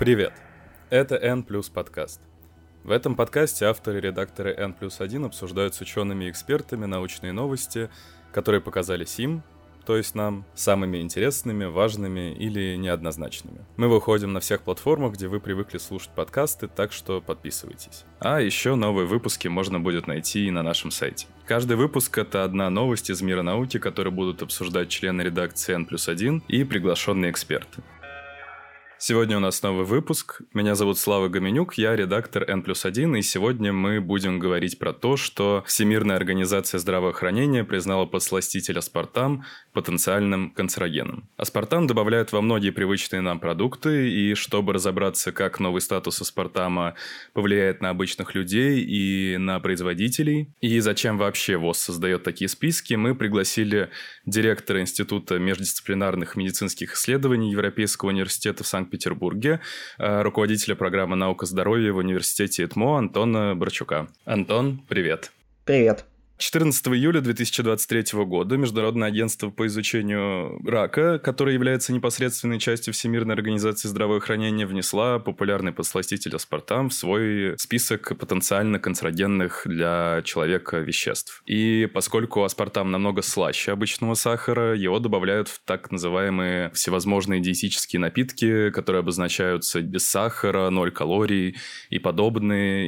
Привет! Это N+ подкаст. В этом подкасте авторы и редакторы N+1 обсуждают с учеными и экспертами научные новости, которые показались им, то есть нам, самыми интересными, важными или неоднозначными. Мы выходим на всех платформах, где вы привыкли слушать подкасты, так что подписывайтесь. А еще новые выпуски можно будет найти и на нашем сайте. Каждый выпуск — это одна новость из мира науки, которую будут обсуждать члены редакции N+1 и приглашенные эксперты. Сегодня у нас новый выпуск. Меня зовут Слава Гоменюк, я редактор N+1, и сегодня мы будем говорить про то, что Всемирная организация здравоохранения признала подсластитель аспартам потенциальным канцерогеном. Аспартам добавляют во многие привычные нам продукты, и чтобы разобраться, как новый статус аспартама повлияет на обычных людей и на производителей, и зачем вообще ВОЗ создает такие списки, мы пригласили директора Института междисциплинарных медицинских исследований Европейского университета в Санкт-Петербурге, руководителя программы «Наука здоровья» в университете ИТМО Антона Борчука. Антон, привет. Привет. 14 июля 2023 года Международное агентство по изучению рака, которое является непосредственной частью Всемирной организации здравоохранения, внесла популярный подсластитель аспартам в свой список потенциально канцерогенных для человека веществ. И поскольку аспартам намного слаще обычного сахара, его добавляют в так называемые всевозможные диетические напитки, которые обозначаются без сахара, 0 калорий и подобные,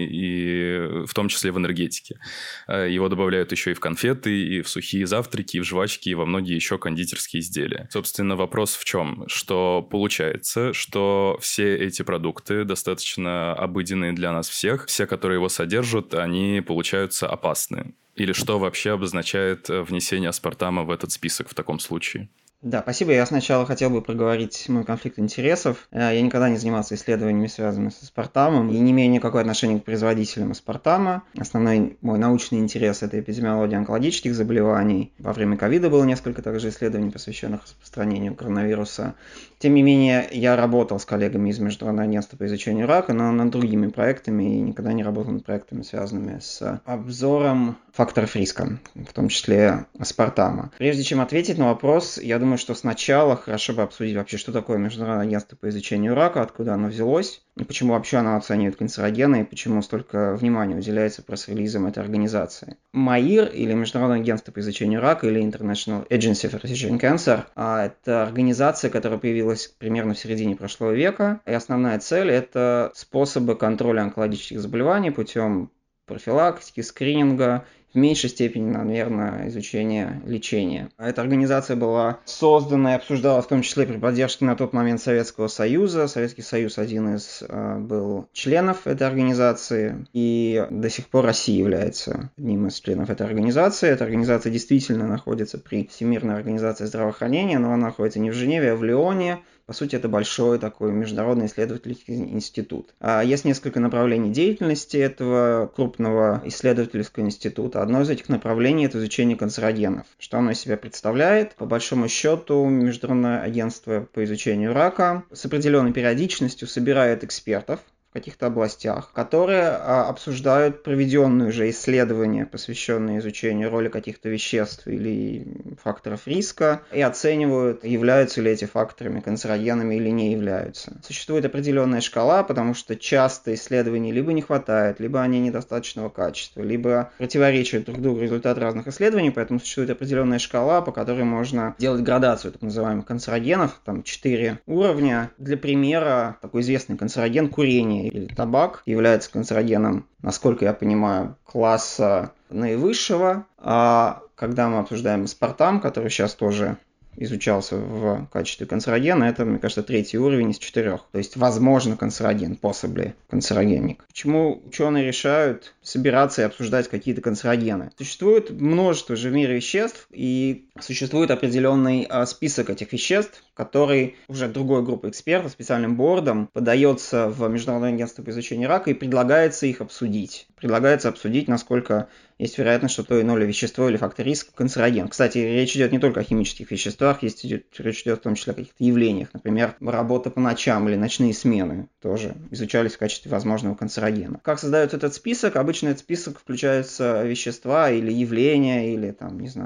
и в том числе в энергетике. Его добавляют еще и в конфеты, и в сухие завтраки, и в жвачки, и во многие еще кондитерские изделия. Собственно, вопрос в чем? Что получается, что все эти продукты достаточно обыденные для нас всех, все, которые его содержат, они получаются опасны. Или что вообще обозначает внесение аспартама в этот список в таком случае? Да, спасибо. Я сначала хотел бы проговорить мой конфликт интересов. Я никогда не занимался исследованиями, связанными с аспартамом, и не имею никакого отношения к производителям аспартама. Основной мой научный интерес – это эпидемиология онкологических заболеваний. Во время ковида было несколько также исследований, посвященных распространению коронавируса. Тем не менее, я работал с коллегами из Международного агентства по изучению рака, но над другими проектами, и никогда не работал над проектами, связанными с обзором факторов риска, в том числе аспартама. Прежде чем ответить на вопрос, я думаю, что сначала хорошо бы обсудить вообще, что такое Международное агентство по изучению рака, откуда оно взялось, и почему вообще оно оценивает канцерогены, и почему столько внимания уделяется пресс-релизам этой организации. МАИР, или Международное агентство по изучению рака, или International Agency for Research in Cancer, это организация, которая появилась примерно в середине прошлого века, и основная цель – это способы контроля онкологических заболеваний путем профилактики, скрининга, в меньшей степени, наверное, изучения лечения. Эта организация была создана и обсуждалась в том числе при поддержке на тот момент Советского Союза. Советский Союз один из был членов этой организации, и до сих пор Россия является одним из членов этой организации. Эта организация действительно находится при Всемирной организации здравоохранения, но она находится не в Женеве, а в Лионе. По сути, это большой такой международный исследовательский институт. Есть несколько направлений деятельности этого крупного исследовательского института. Одно из этих направлений – это изучение канцерогенов. Что оно из себя представляет? По большому счету, Международное агентство по изучению рака с определенной периодичностью собирает экспертов в каких-то областях, которые обсуждают проведенные уже исследования, посвященные изучению роли каких-то веществ или факторов риска, и оценивают, являются ли эти факторами канцерогенами или не являются. Существует определенная шкала, потому что часто исследований либо не хватает, либо они недостаточного качества, либо противоречат друг другу результаты разных исследований, поэтому существует определенная шкала, по которой можно делать градацию так называемых канцерогенов, там 4 уровня. Для примера, такой известный канцероген курения или табак является канцерогеном, насколько я понимаю, класса наивысшего. А когда мы обсуждаем аспартам, который сейчас тоже изучался в качестве канцерогена, это, мне кажется, 3-й уровень из 4. То есть, возможно, канцероген, possibly канцерогенник. Почему ученые решают собираться и обсуждать какие-то канцерогены? Существует множество же в мире веществ, и существует определенный список этих веществ, который уже другой группой экспертов, специальным бордом, подается в Международное агентство по изучению рака и предлагается их обсудить. Предлагается обсудить, насколько есть вероятность, что то или иное вещество или фактор риска канцероген. Кстати, речь идет не только о химических веществах, речь идет в том числе о каких-то явлениях. Например, работа по ночам или ночные смены тоже изучались в качестве возможного канцерогена. Как создается этот список? Обычно этот список включается вещества или явления, или там, не знаю,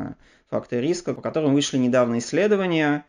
факторы риска, по которым вышли недавно исследования,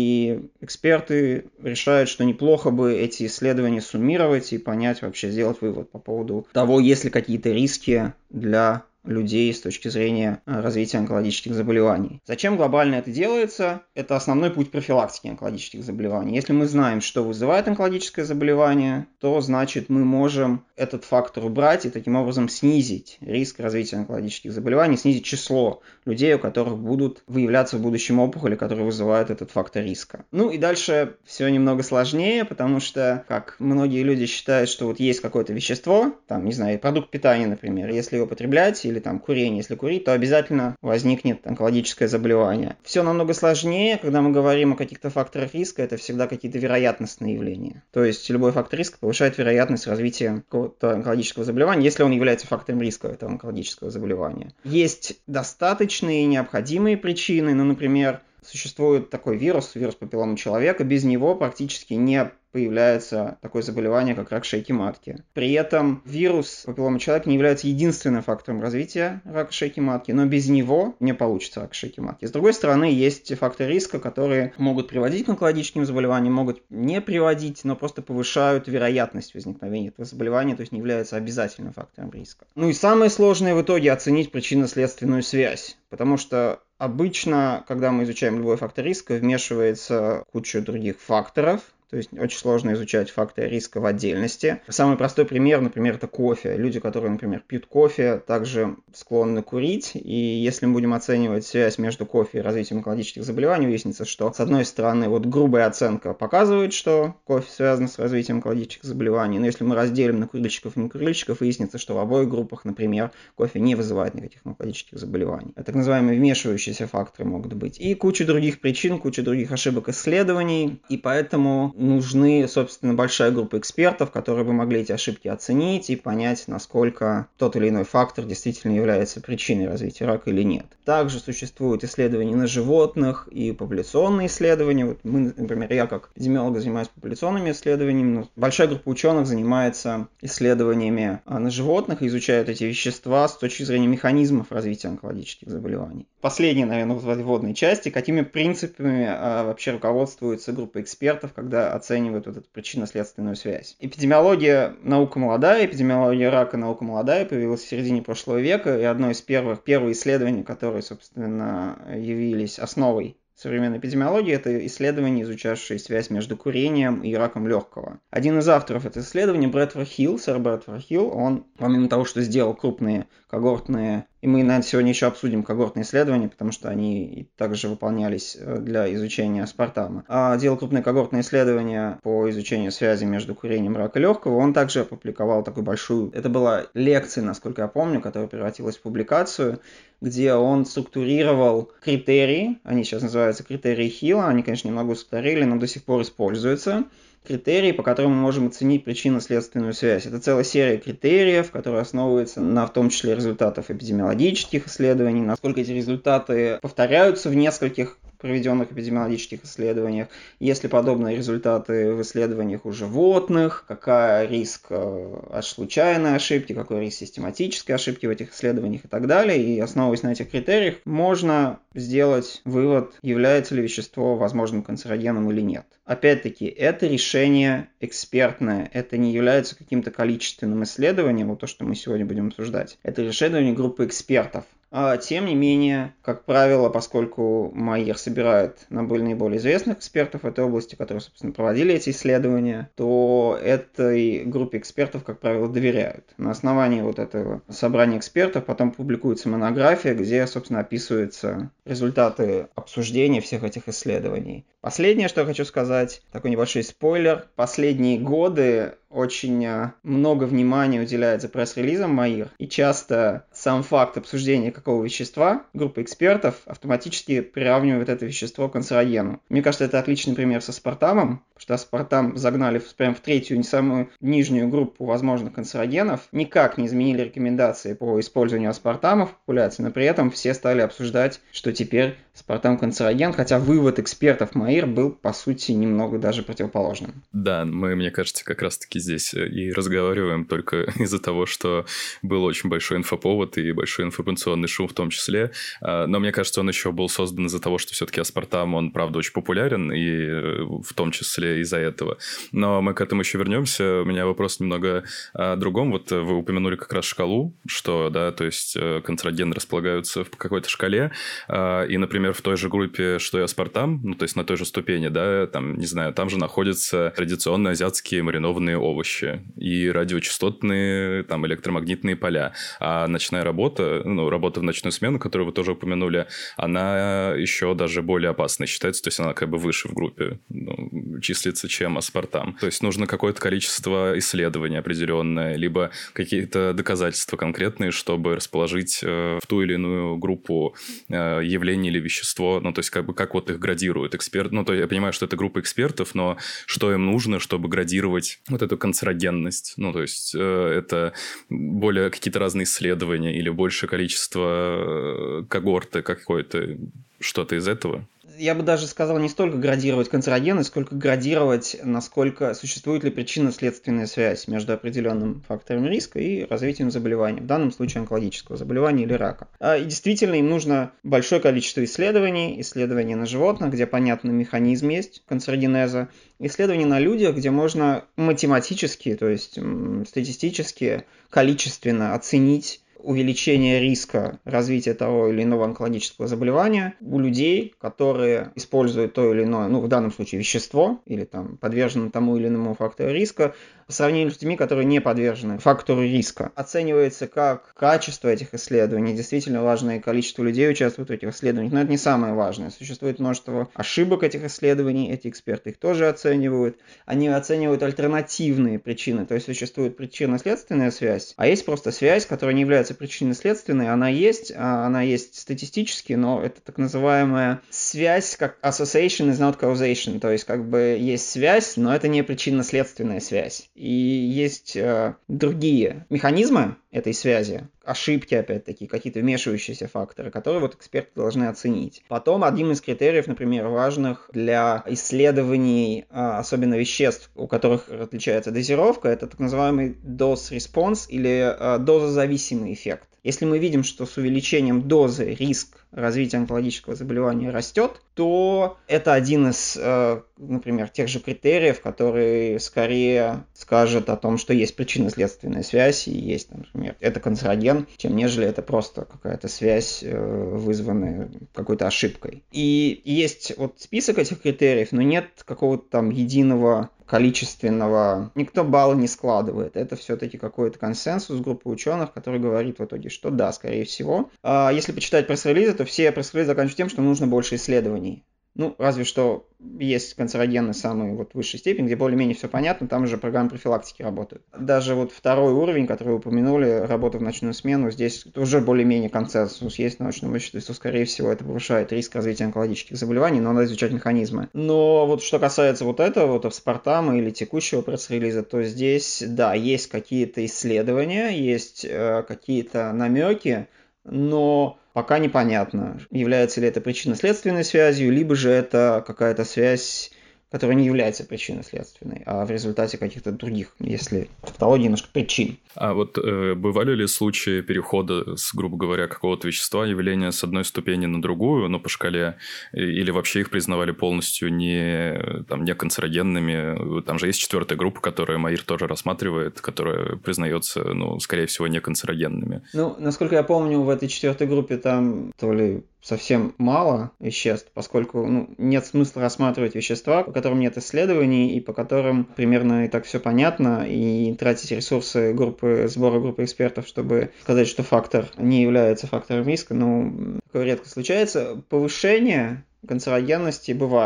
и эксперты решают, что неплохо бы эти исследования суммировать и понять, вообще сделать вывод по поводу того, есть ли какие-то риски для людей с точки зрения развития онкологических заболеваний. Зачем глобально это делается? Это основной путь профилактики онкологических заболеваний. Если мы знаем, что вызывает онкологическое заболевание, то значит мы можем этот фактор убрать и таким образом снизить риск развития онкологических заболеваний, снизить число людей, у которых будут выявляться в будущем опухоли, которые вызывают этот фактор риска. Ну и дальше все немного сложнее, потому что, как многие люди считают, что вот есть какое-то вещество, там, не знаю, продукт питания, например, если его потреблять, или там курение, если курить, то обязательно возникнет онкологическое заболевание. Все намного сложнее, когда мы говорим о каких-то факторах риска, это всегда какие-то вероятностные явления. То есть любой фактор риска повышает вероятность развития какого-то онкологического заболевания, если он является фактором риска этого онкологического заболевания. Есть достаточные и необходимые причины, например, существует такой вирус папилломы человека, без него практически не появляется такое заболевание, как рак шейки матки. При этом вирус папилломы человека не является единственным фактором развития рака шейки матки, но без него не получится рак шейки матки. С другой стороны, есть факторы риска, которые могут приводить к онкологическим заболеваниям, могут не приводить, но просто повышают вероятность возникновения этого заболевания, то есть не являются обязательным фактором риска. Ну и самое сложное в итоге оценить причинно-следственную связь, потому что обычно, когда мы изучаем любой фактор риска, вмешивается куча других факторов. То есть очень сложно изучать факторы риска в отдельности. Самый простой пример, например, это кофе. Люди, которые, например, пьют кофе, также склонны курить. И если мы будем оценивать связь между кофе и развитием онкологических заболеваний, выяснится, что с одной стороны вот грубая оценка показывает, что кофе связан с развитием онкологических заболеваний. Но если мы разделим на курильщиков и некурильщиков, выяснится, что в обоих группах, например, кофе не вызывает никаких онкологических заболеваний. Так называемые вмешивающиеся факторы могут быть. И куча других причин, куча других ошибок исследований. И поэтому нужны, собственно, большая группа экспертов, которые бы могли эти ошибки оценить и понять, насколько тот или иной фактор действительно является причиной развития рака или нет. Также существуют исследования на животных и популяционные исследования. Вот мы, например, я как эпидемиолог занимаюсь популяционными исследованиями, но большая группа ученых занимается исследованиями на животных и изучают эти вещества с точки зрения механизмов развития онкологических заболеваний. Последнее, наверное, в вводной части, какими принципами вообще руководствуется группа экспертов, когда оценивают вот эту причинно-следственную связь. Эпидемиология наука молодая, эпидемиология рака наука молодая, появилась в середине прошлого века, и одно из первых исследований, которые, собственно, явились основой современной эпидемиологии, это исследование, изучавшее связь между курением и раком легкого. Один из авторов этого исследования, сэр Брэдфорд Хилл, он, помимо того, что сделал крупные когортные, и мы, наверное, сегодня еще обсудим когортные исследования, потому что они также выполнялись для изучения аспартама, делал крупные когортные исследования по изучению связи между курением и раком легкого. Он также опубликовал такую большую, это была лекция, насколько я помню, которая превратилась в публикацию, где он структурировал критерии, они сейчас называются критерии Хилла, они, конечно, немного устарели, но до сих пор используются. Критерии, по которым мы можем оценить причинно-следственную связь. Это целая серия критериев, которые основываются на, в том числе, результатах эпидемиологических исследований, насколько эти результаты повторяются в нескольких проведенных эпидемиологических исследованиях, есть ли подобные результаты в исследованиях у животных, какой риск случайной ошибки, какой риск систематической ошибки в этих исследованиях и так далее. И основываясь на этих критериях, можно сделать вывод, является ли вещество возможным канцерогеном или нет. Опять-таки, это решение экспертное, это не является каким-то количественным исследованием, вот то, что мы сегодня будем обсуждать. Это решение группы экспертов. Тем не менее, как правило, поскольку Майер собирает наиболее известных экспертов в этой области, которые, собственно, проводили эти исследования, то этой группе экспертов, как правило, доверяют. На основании вот этого собрания экспертов потом публикуется монография, где, собственно, описываются результаты обсуждения всех этих исследований. Последнее, что я хочу сказать, такой небольшой спойлер. Последние годы очень много внимания уделяется пресс-релизам Майер, и часто сам факт обсуждения какого вещества группа экспертов автоматически приравнивает это вещество к канцерогену. Мне кажется, это отличный пример с аспартамом, что аспартам загнали прям в третью, не самую нижнюю группу возможных канцерогенов, никак не изменили рекомендации по использованию аспартама в популяции, но при этом все стали обсуждать, что теперь аспартам канцероген, хотя вывод экспертов МАИР был, по сути, немного даже противоположным. Да, мы, мне кажется, как раз-таки здесь и разговариваем только из-за того, что был очень большой инфоповод и большой информационный шум в том числе, но мне кажется, он еще был создан из-за того, что все-таки аспартам, он, правда, очень популярен, и в том числе из-за этого. Но мы к этому еще вернемся. У меня вопрос немного о другом. Вот вы упомянули как раз шкалу, что, да, то есть канцерогены располагаются в какой-то шкале, и, например, в той же группе, что и аспартам, ну, то есть на той же ступени, да, там, не знаю, там же находятся традиционные азиатские маринованные овощи и радиочастотные, там, электромагнитные поля. А ночная работа, ну, работа в ночную смену, которую вы тоже упомянули, она еще даже более опасной считается, то есть она как бы выше в группе, ну, числится, чем аспартам. То есть нужно какое-то количество исследований определенное, либо какие-то доказательства конкретные, чтобы расположить в ту или иную группу явление или вещество, ну, то есть как бы как вот их градируют эксперты. Ну, то я понимаю, что это группа экспертов, но что им нужно, чтобы градировать вот эту канцерогенность? Ну, то есть это более какие-то разные исследования или большее количество когорты какой-то, что-то из этого? Я бы даже сказал не столько градировать канцерогены, сколько градировать, насколько существует ли причинно-следственная связь между определенным фактором риска и развитием заболевания, в данном случае онкологического заболевания или рака. И действительно им нужно большое количество исследований на животных, где понятный механизм есть канцерогенеза, исследований на людях, где можно математически, то есть статистически, количественно оценить увеличение риска развития того или иного онкологического заболевания у людей, которые используют то или иное, ну, в данном случае вещество, или там подвержены тому или иному фактору риска, по сравнению с людьми, которые не подвержены фактору риска. Оценивается как качество этих исследований, действительно важное количество людей участвует в этих исследованиях, но это не самое важное. Существует множество ошибок этих исследований, эти эксперты их тоже оценивают. Они оценивают альтернативные причины, то есть существует причинно-следственная связь, а есть просто связь, которая не является причинно-следственной, она есть статистически, но это так называемая связь, как association is not causation, то есть как бы есть связь, но это не причинно-следственная связь. И есть другие механизмы этой связи, ошибки, опять-таки, какие-то вмешивающиеся факторы, которые вот эксперты должны оценить. Потом одним из критериев, например, важных для исследований, особенно веществ, у которых отличается дозировка, это так называемый dose-response или дозозависимый эффект. Если мы видим, что с увеличением дозы риск развития онкологического заболевания растет, то это один из, например, тех же критериев, который скорее скажет о том, что есть причинно-следственная связь и есть, например, это канцероген, чем нежели это просто какая-то связь, вызванная какой-то ошибкой. И есть вот список этих критериев, но нет какого-то там единого количественного, никто баллы не складывает. Это все-таки какой-то консенсус группы ученых, который говорит в итоге, что да, скорее всего. Если почитать пресс-релизы, то все пресс-релизы заканчиваются тем, что нужно больше исследований. Ну, разве что есть канцерогены самой вот высшей степени, где более-менее все понятно, там уже программы профилактики работают. Даже вот второй уровень, который вы упомянули, работа в ночную смену, здесь уже более-менее консенсус есть научном обществе, что, скорее всего, это повышает риск развития онкологических заболеваний, но надо изучать механизмы. Но вот что касается вот этого, вот аспартама или текущего пресс-релиза, то здесь, да, есть какие-то исследования, есть какие-то намеки, но пока непонятно, является ли это причинно-следственной связью, либо же это какая-то связь, которая не является причинно-следственной, а в результате каких-то других, если тавтология немножко причин. А вот бывали ли случаи перехода с, грубо говоря, какого-то вещества, явления с одной ступени на другую, но по шкале, или вообще их признавали полностью не канцерогенными? Там же есть 4-я группа, которую МАИР тоже рассматривает, которая признается, скорее всего, не канцерогенными. Насколько я помню, в этой 4-й группе там то ли совсем мало веществ, поскольку нет смысла рассматривать вещества, по которым нет исследований и по которым примерно и так все понятно, и тратить ресурсы сбора группы экспертов, чтобы сказать, что фактор не является фактором риска, такое редко случается. Повышение канцерогенности бывает.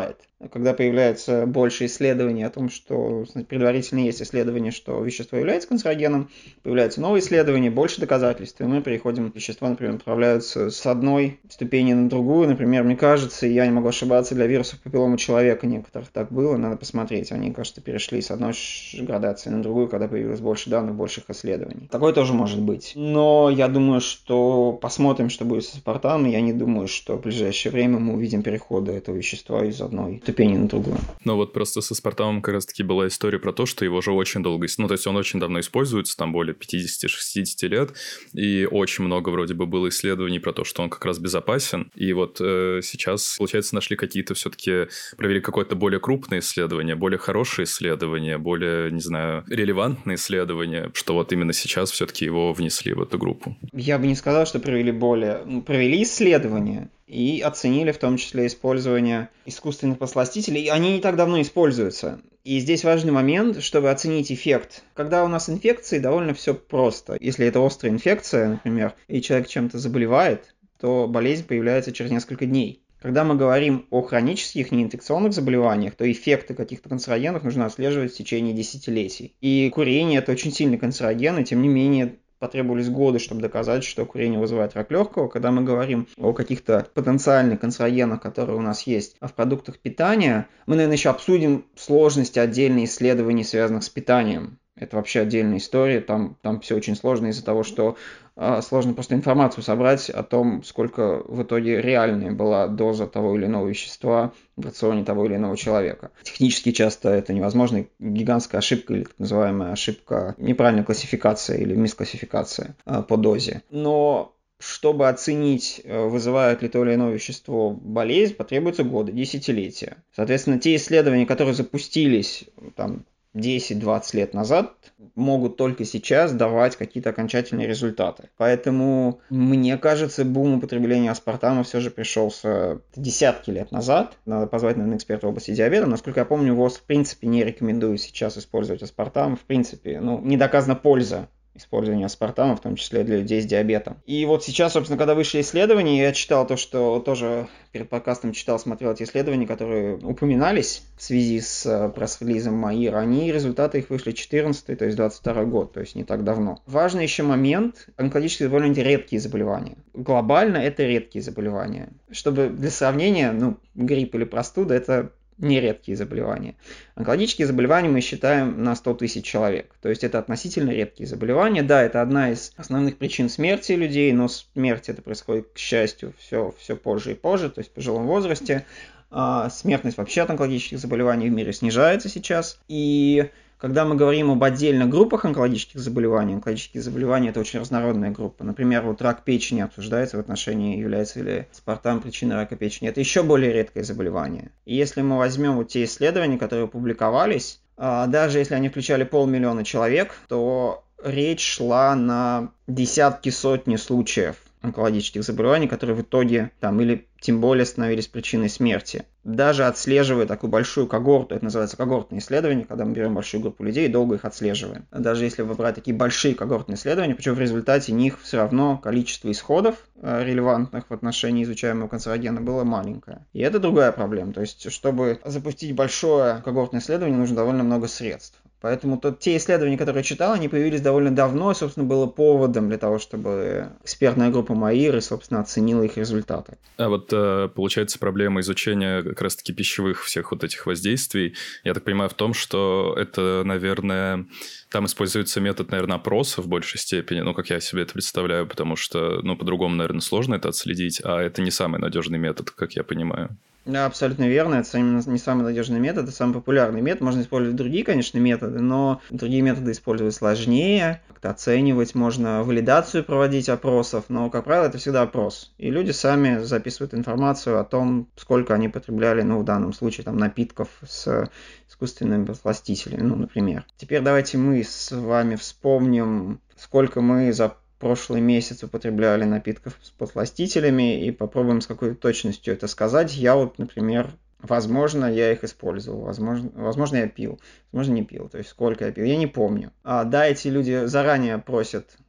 когда появляется больше исследований о том, что предварительно есть исследования, что вещество является канцерогеном, появляются новые исследования, больше доказательств, и мы переходим, вещества, например, направляются с одной ступени на другую. Например, мне кажется, и я не могу ошибаться, для вирусов папиллома человека некоторых так было, надо посмотреть. Они, кажется, перешли с одной градации на другую, когда появилось больше данных, больших исследований. Такое тоже может быть. Но я думаю, что посмотрим, что будет с аспартамом. Я не думаю, что в ближайшее время мы увидим переходы этого вещества из одной ступени на другую. Ну вот просто с аспартамом как раз-таки была история про то, что его же очень долго... Ну, то есть он очень давно используется, там более 50-60 лет, и очень много вроде бы было исследований про то, что он как раз безопасен. И вот сейчас, получается, нашли какие-то все-таки... Провели какое-то более крупное исследование, более хорошее исследование, более, не знаю, релевантное исследование, что вот именно сейчас все-таки его внесли в эту группу. Я бы не сказал, что провели исследования и оценили в том числе использование искусственных подсластителей. И они не так давно используются. И здесь важный момент, чтобы оценить эффект. Когда у нас инфекции, довольно все просто. Если это острая инфекция, например, и человек чем-то заболевает, то болезнь появляется через несколько дней. Когда мы говорим о хронических неинфекционных заболеваниях, то эффекты каких-то канцерогенов нужно отслеживать в течение десятилетий. И курение – это очень сильный канцероген, и тем не менее потребовались годы, чтобы доказать, что курение вызывает рак легкого. Когда мы говорим о каких-то потенциальных канцерогенах, которые у нас есть в продуктах питания, мы, наверное, еще обсудим сложности отдельных исследований, связанных с питанием. Это вообще отдельная история, там все очень сложно из-за того, что сложно просто информацию собрать о том, сколько в итоге реальная была доза того или иного вещества в рационе того или иного человека. Технически часто это невозможно, гигантская ошибка или так называемая ошибка неправильной классификации или мисклассификация по дозе. Но чтобы оценить, вызывает ли то или иное вещество болезнь, потребуются годы, десятилетия. Соответственно, те исследования, которые запустились там 10-20 лет назад, могут только сейчас давать какие-то окончательные результаты. Поэтому, мне кажется, бум употребления аспартама все же пришелся десятки лет назад. Надо позвать, наверное, эксперта в области диабета. Насколько я помню, ВОЗ в принципе не рекомендует сейчас использовать аспартам. В принципе, не доказана польза использования аспартама, в том числе для людей с диабетом. И вот сейчас, собственно, когда вышли исследования, я читал то, что тоже перед подкастом смотрел эти исследования, которые упоминались в связи с пресс-релизом МАИР, результаты их вышли 14-й, то есть 22 год, то есть не так давно. Важный еще момент, онкологические заболевания – это редкие заболевания. Глобально это редкие заболевания. Чтобы для сравнения, грипп или простуда – это нередкие заболевания. Онкологические заболевания мы считаем на 100 тысяч человек. То есть это относительно редкие заболевания. Да, это одна из основных причин смерти людей, но смерть это происходит, к счастью, все позже и позже, то есть в пожилом возрасте. Смертность вообще от онкологических заболеваний в мире снижается сейчас. И когда мы говорим об отдельных группах онкологических заболеваний это очень разнородная группа. Например, вот рак печени обсуждается в отношении, является ли аспартам причиной рака печени. Это еще более редкое заболевание. И если мы возьмем вот те исследования, которые публиковались, даже если они включали 500 000 человек, то речь шла на десятки, сотни случаев онкологических заболеваний, которые в итоге или тем более становились причиной смерти. Даже отслеживая такую большую когорту, это называется когортное исследование, когда мы берем большую группу людей и долго их отслеживаем. Даже если выбрать такие большие когортные исследования, причем в результате них все равно количество исходов, релевантных в отношении изучаемого канцерогена, было маленькое. И это другая проблема. То есть, чтобы запустить большое когортное исследование, нужно довольно много средств. Поэтому те исследования, которые я читал, они появились довольно давно, и, собственно, было поводом для того, чтобы экспертная группа МАИР, собственно, оценила их результаты. А вот получается проблема изучения как раз-таки пищевых всех вот этих воздействий, я так понимаю, в том, что это, наверное, там используется метод, наверное, опроса в большей степени, как я себе это представляю, потому что, по-другому, наверное, сложно это отследить, а это не самый надежный метод, как я понимаю. Да, абсолютно верно. Это не самый надежный метод, это самый популярный метод. Можно использовать другие, конечно, методы, но другие методы использовать сложнее. Как-то оценивать, можно валидацию проводить опросов, но, как правило, это всегда опрос. И люди сами записывают информацию о том, сколько они потребляли, в данном случае, напитков с искусственными подсластителями, например. Теперь давайте мы с вами вспомним, сколько мы за прошлый месяц употребляли напитков с подсластителями и попробуем с какой точностью это сказать. Я например, возможно, я их использовал, возможно, я пил, возможно, не пил, то есть сколько я пил, я не помню. Да, эти люди заранее просят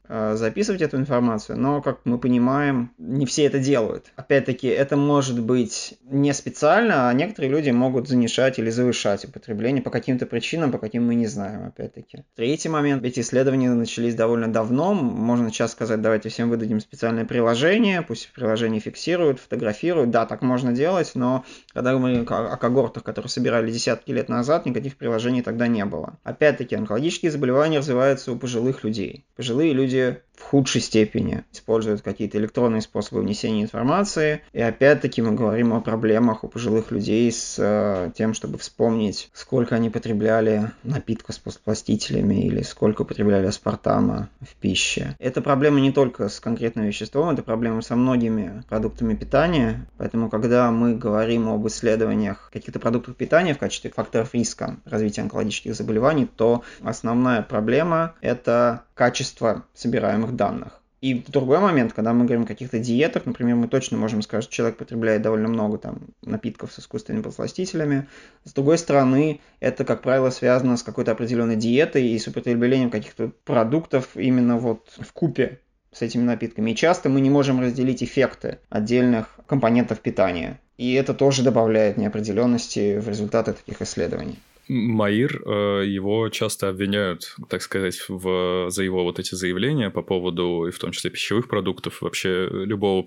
записывать эту информацию, но, как мы понимаем, не все это делают. Опять-таки, это может быть не специально, а некоторые люди могут занижать или завышать употребление по каким-то причинам, по каким мы не знаем, опять-таки. Третий момент. Эти исследования начались довольно давно. Можно сейчас сказать, давайте всем выдадим специальное приложение, пусть приложение фиксируют, фотографируют. Да, так можно делать, но когда мы о когортах, которые собирали десятки лет назад, никаких приложений тогда не было. Опять-таки, онкологические заболевания развиваются у пожилых людей. Пожилые люди в худшей степени используют какие-то электронные способы внесения информации. И опять-таки мы говорим о проблемах у пожилых людей с тем, чтобы вспомнить, сколько они потребляли напитков с послабластителями или сколько потребляли аспартама в пище. Это проблема не только с конкретным веществом, это проблема со многими продуктами питания. Поэтому, когда мы говорим об исследованиях каких-то продуктов питания в качестве факторов риска развития онкологических заболеваний, то основная проблема – это качество собираемых данных. И в другой момент, когда мы говорим о каких-то диетах, например, мы точно можем сказать, что человек потребляет довольно много напитков с искусственными подсластителями. С другой стороны, это, как правило, связано с какой-то определенной диетой и с употреблением каких-то продуктов именно вкупе с этими напитками. И часто мы не можем разделить эффекты отдельных компонентов питания. И это тоже добавляет неопределенности в результаты таких исследований. Маир, его часто обвиняют, так сказать, за его эти заявления по поводу, и в том числе пищевых продуктов, вообще любой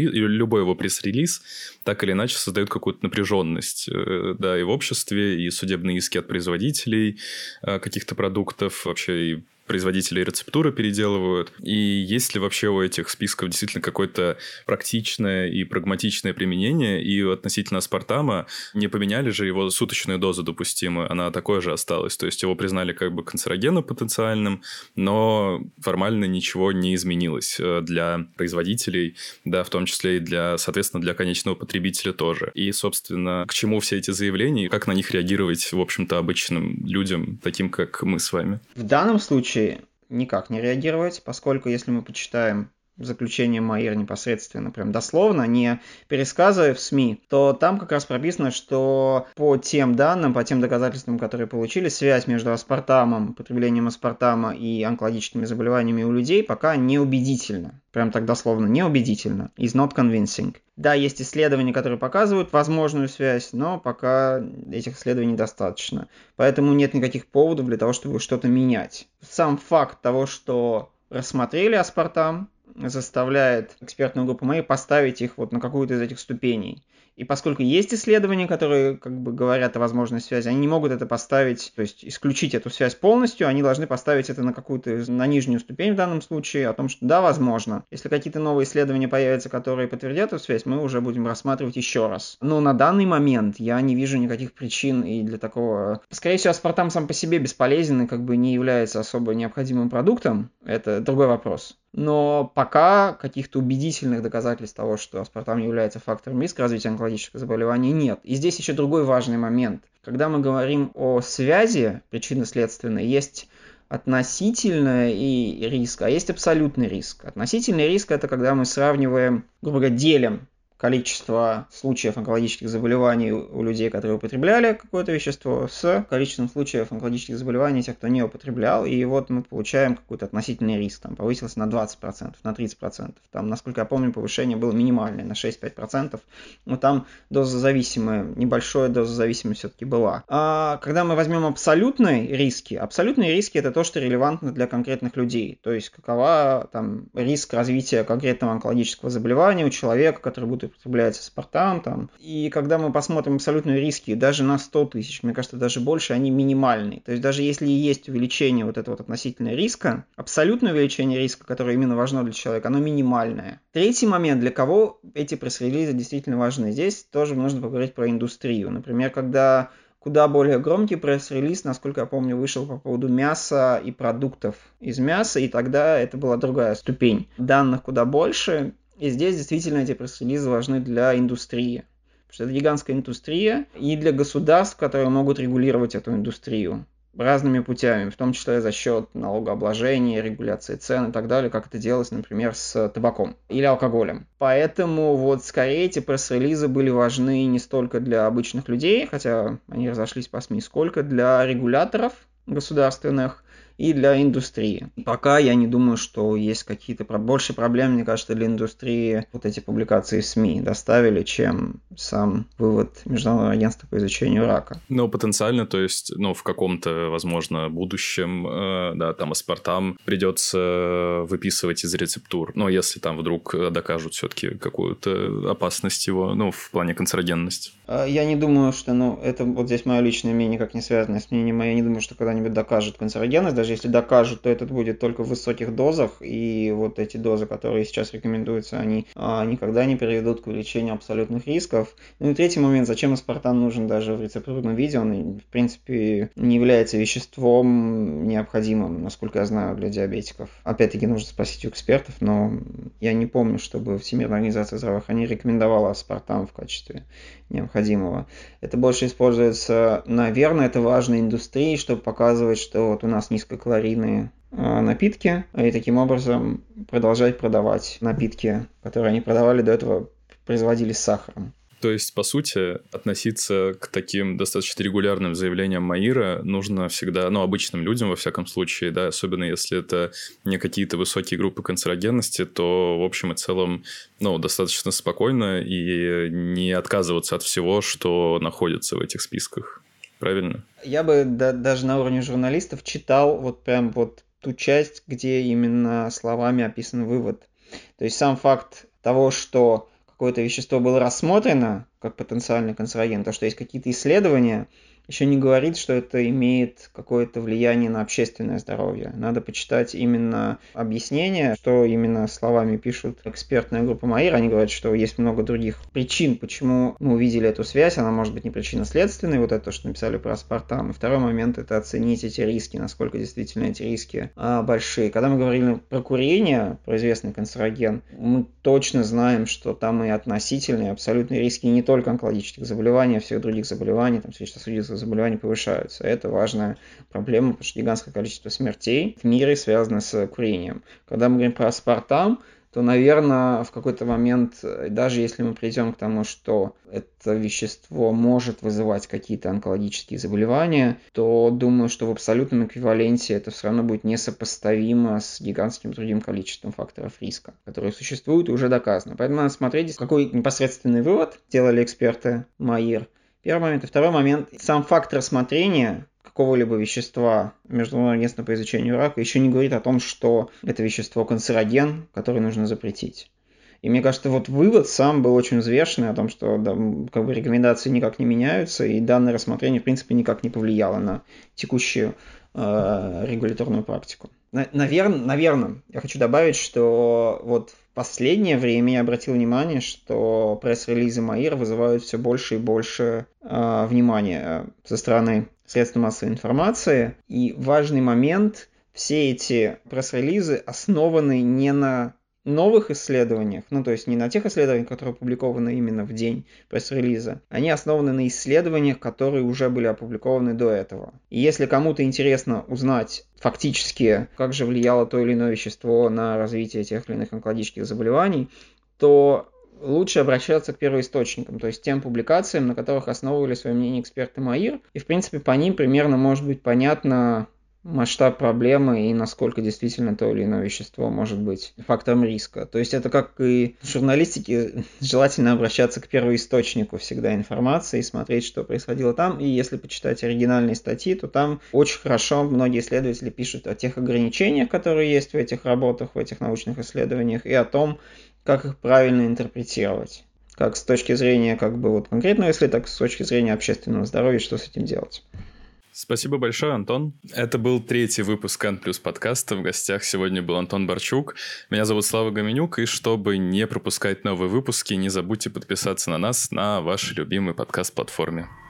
его пресс-релиз так или иначе создает какую-то напряженность, да, и в обществе, и судебные иски от производителей каких-то продуктов, вообще и производители рецептуры переделывают. И есть ли вообще у этих списков действительно какое-то практичное и прагматичное применение? И относительно аспартама не поменяли же его суточную дозу допустимую, она такой же осталась. То есть его признали как бы канцерогеном потенциальным, но формально ничего не изменилось для производителей, да, в том числе и соответственно, для конечного потребителя тоже. И, собственно, к чему все эти заявления и как на них реагировать, в общем-то, обычным людям, таким как мы с вами? В данном случае никак не реагировать, поскольку если мы почитаем заключение Маир непосредственно, прям дословно, не пересказывая в СМИ, то там как раз прописано, что по тем данным, по тем доказательствам, которые получили, связь между аспартамом, потреблением аспартама и онкологическими заболеваниями у людей пока не убедительна. Прям так дословно, не убедительна. Is not convincing. Да, есть исследования, которые показывают возможную связь, но пока этих исследований недостаточно. Поэтому нет никаких поводов для того, чтобы что-то менять. Сам факт того, что рассмотрели аспартам, заставляет экспертную группу Маир поставить их на какую-то из этих ступеней. И поскольку есть исследования, которые как бы говорят о возможной связи, они не могут это поставить, то есть исключить эту связь полностью, они должны поставить это на нижнюю ступень в данном случае, о том, что да, возможно. Если какие-то новые исследования появятся, которые подтвердят эту связь, мы уже будем рассматривать еще раз. Но на данный момент я не вижу никаких причин и для такого... Скорее всего, аспартам сам по себе бесполезен и как бы не является особо необходимым продуктом. Это другой вопрос. Но пока каких-то убедительных доказательств того, что аспартам является фактором риска развития онкологических заболеваний, нет. И здесь еще другой важный момент. Когда мы говорим о связи причинно-следственной, есть относительный риск, а есть абсолютный риск. Относительный риск – это когда мы сравниваем, грубо говоря, делим количество случаев онкологических заболеваний у людей, которые употребляли какое-то вещество, с количеством случаев онкологических заболеваний тех, кто не употреблял. И вот мы получаем какой-то относительный риск. Там повысился на 20%, на 30%. Там, насколько я помню, повышение было минимальное, на 6-5%. Но там дозозависимая, небольшая дозозависимость все-таки была. А когда мы возьмем абсолютные риски это то, что релевантно для конкретных людей. То есть какова там риск развития конкретного онкологического заболевания у человека, который будет употребляется аспартам. И когда мы посмотрим абсолютные риски даже на 100 тысяч, мне кажется, даже больше, они минимальные. То есть даже если есть увеличение этого относительного риска, абсолютное увеличение риска, которое именно важно для человека, оно минимальное. Третий момент, для кого эти пресс-релизы действительно важны. Здесь тоже нужно поговорить про индустрию. Например, когда куда более громкий пресс-релиз, насколько я помню, вышел по поводу мяса и продуктов из мяса, и тогда это была другая ступень. Данных куда больше. И здесь действительно эти пресс-релизы важны для индустрии. Потому что это гигантская индустрия, и для государств, которые могут регулировать эту индустрию разными путями, в том числе за счет налогообложения, регуляции цен и так далее, как это делалось, например, с табаком или алкоголем. Поэтому скорее эти пресс-релизы были важны не столько для обычных людей, хотя они разошлись по СМИ, сколько для регуляторов государственных и для индустрии. Пока я не думаю, что есть какие-то больше проблем, мне кажется, для индустрии вот эти публикации в СМИ доставили, чем сам вывод Международного агентства по изучению рака. Но потенциально, то есть, в каком-то, возможно, будущем, да, там аспартам придется выписывать из рецептур. Но если там вдруг докажут все-таки какую-то опасность его, в плане канцерогенности. Я не думаю, что, это вот здесь мое личное мнение, никак не связано с мнением, я не думаю, что когда-нибудь докажут канцерогенность. Даже если докажут, то это будет только в высоких дозах, и вот эти дозы, которые сейчас рекомендуются, они никогда не приведут к увеличению абсолютных рисков. Ну и третий момент, зачем аспартам нужен даже в рецептурном виде, он, в принципе, не является веществом необходимым, насколько я знаю, для диабетиков. Опять-таки, нужно спросить у экспертов, но я не помню, чтобы Всемирная организация здравоохранения рекомендовала аспартам в качестве необходимого. Это больше используется, наверное, это важно индустрии, чтобы показывать, что вот у нас низкокалорийные напитки, и таким образом продолжать продавать напитки, которые они продавали до этого, производили с сахаром. То есть, по сути, относиться к таким достаточно регулярным заявлениям МАИРа нужно всегда, обычным людям, во всяком случае, да, особенно если это не какие-то высокие группы канцерогенности, то, в общем и целом, достаточно спокойно и не отказываться от всего, что находится в этих списках. Правильно? Я бы даже на уровне журналистов читал вот прям вот ту часть, где именно словами описан вывод. То есть сам факт того, что какое-то вещество было рассмотрено как потенциальный канцероген, то, что есть какие-то исследования, еще не говорит, что это имеет какое-то влияние на общественное здоровье. Надо почитать именно объяснение, что именно словами пишут экспертная группа МАИР. Они говорят, что есть много других причин, почему мы увидели эту связь. Она может быть не причинно-следственной, вот это, что написали про аспартам. И второй момент – это оценить эти риски, насколько действительно эти риски большие. Когда мы говорили про курение, про известный канцероген, мы точно знаем, что там и относительные, и абсолютные риски не только онкологических заболеваний, а всех других заболеваний, там сердечно-сосудистых заболеваний повышаются. Это важная проблема, потому что гигантское количество смертей в мире связано с курением. Когда мы говорим про аспартам, то, наверное, в какой-то момент, даже если мы придем к тому, что это вещество может вызывать какие-то онкологические заболевания, то думаю, что в абсолютном эквиваленте это все равно будет несопоставимо с гигантским другим количеством факторов риска, которые существуют и уже доказаны. Поэтому надо смотреть, какой непосредственный вывод делали эксперты МАИР. Первый момент. И второй момент. Сам факт рассмотрения какого-либо вещества Международного агентства по изучению рака еще не говорит о том, что это вещество канцероген, который нужно запретить. И мне кажется, вот вывод сам был очень взвешенный о том, что рекомендации никак не меняются, и данное рассмотрение, в принципе, никак не повлияло на текущую регуляторную практику. Наверное, я хочу добавить, что вот в последнее время я обратил внимание, что пресс-релизы МАИР вызывают все больше и больше внимания со стороны средств массовой информации. И важный момент, все эти пресс-релизы основаны не на новых исследованиях, то есть не на тех исследованиях, которые опубликованы именно в день пресс-релиза, они основаны на исследованиях, которые уже были опубликованы до этого. И если кому-то интересно узнать фактически, как же влияло то или иное вещество на развитие тех или иных онкологических заболеваний, то лучше обращаться к первоисточникам, то есть тем публикациям, на которых основывали свое мнение эксперты МАИР, и в принципе по ним примерно может быть понятно масштаб проблемы и насколько действительно то или иное вещество может быть фактором риска. То есть это как и в журналистике, желательно обращаться к первоисточнику всегда информации и смотреть, что происходило там. И если почитать оригинальные статьи, то там очень хорошо многие исследователи пишут о тех ограничениях, которые есть в этих работах, в этих научных исследованиях, и о том, как их правильно интерпретировать. Как с точки зрения конкретного исследования, так и с точки зрения общественного здоровья, что с этим делать. Спасибо большое, Антон. Это был 3-й выпуск N+ подкаста. В гостях сегодня был Антон Борчук. Меня зовут Слава Гоменюк. И чтобы не пропускать новые выпуски, не забудьте подписаться на нас на вашей любимой подкаст-платформе.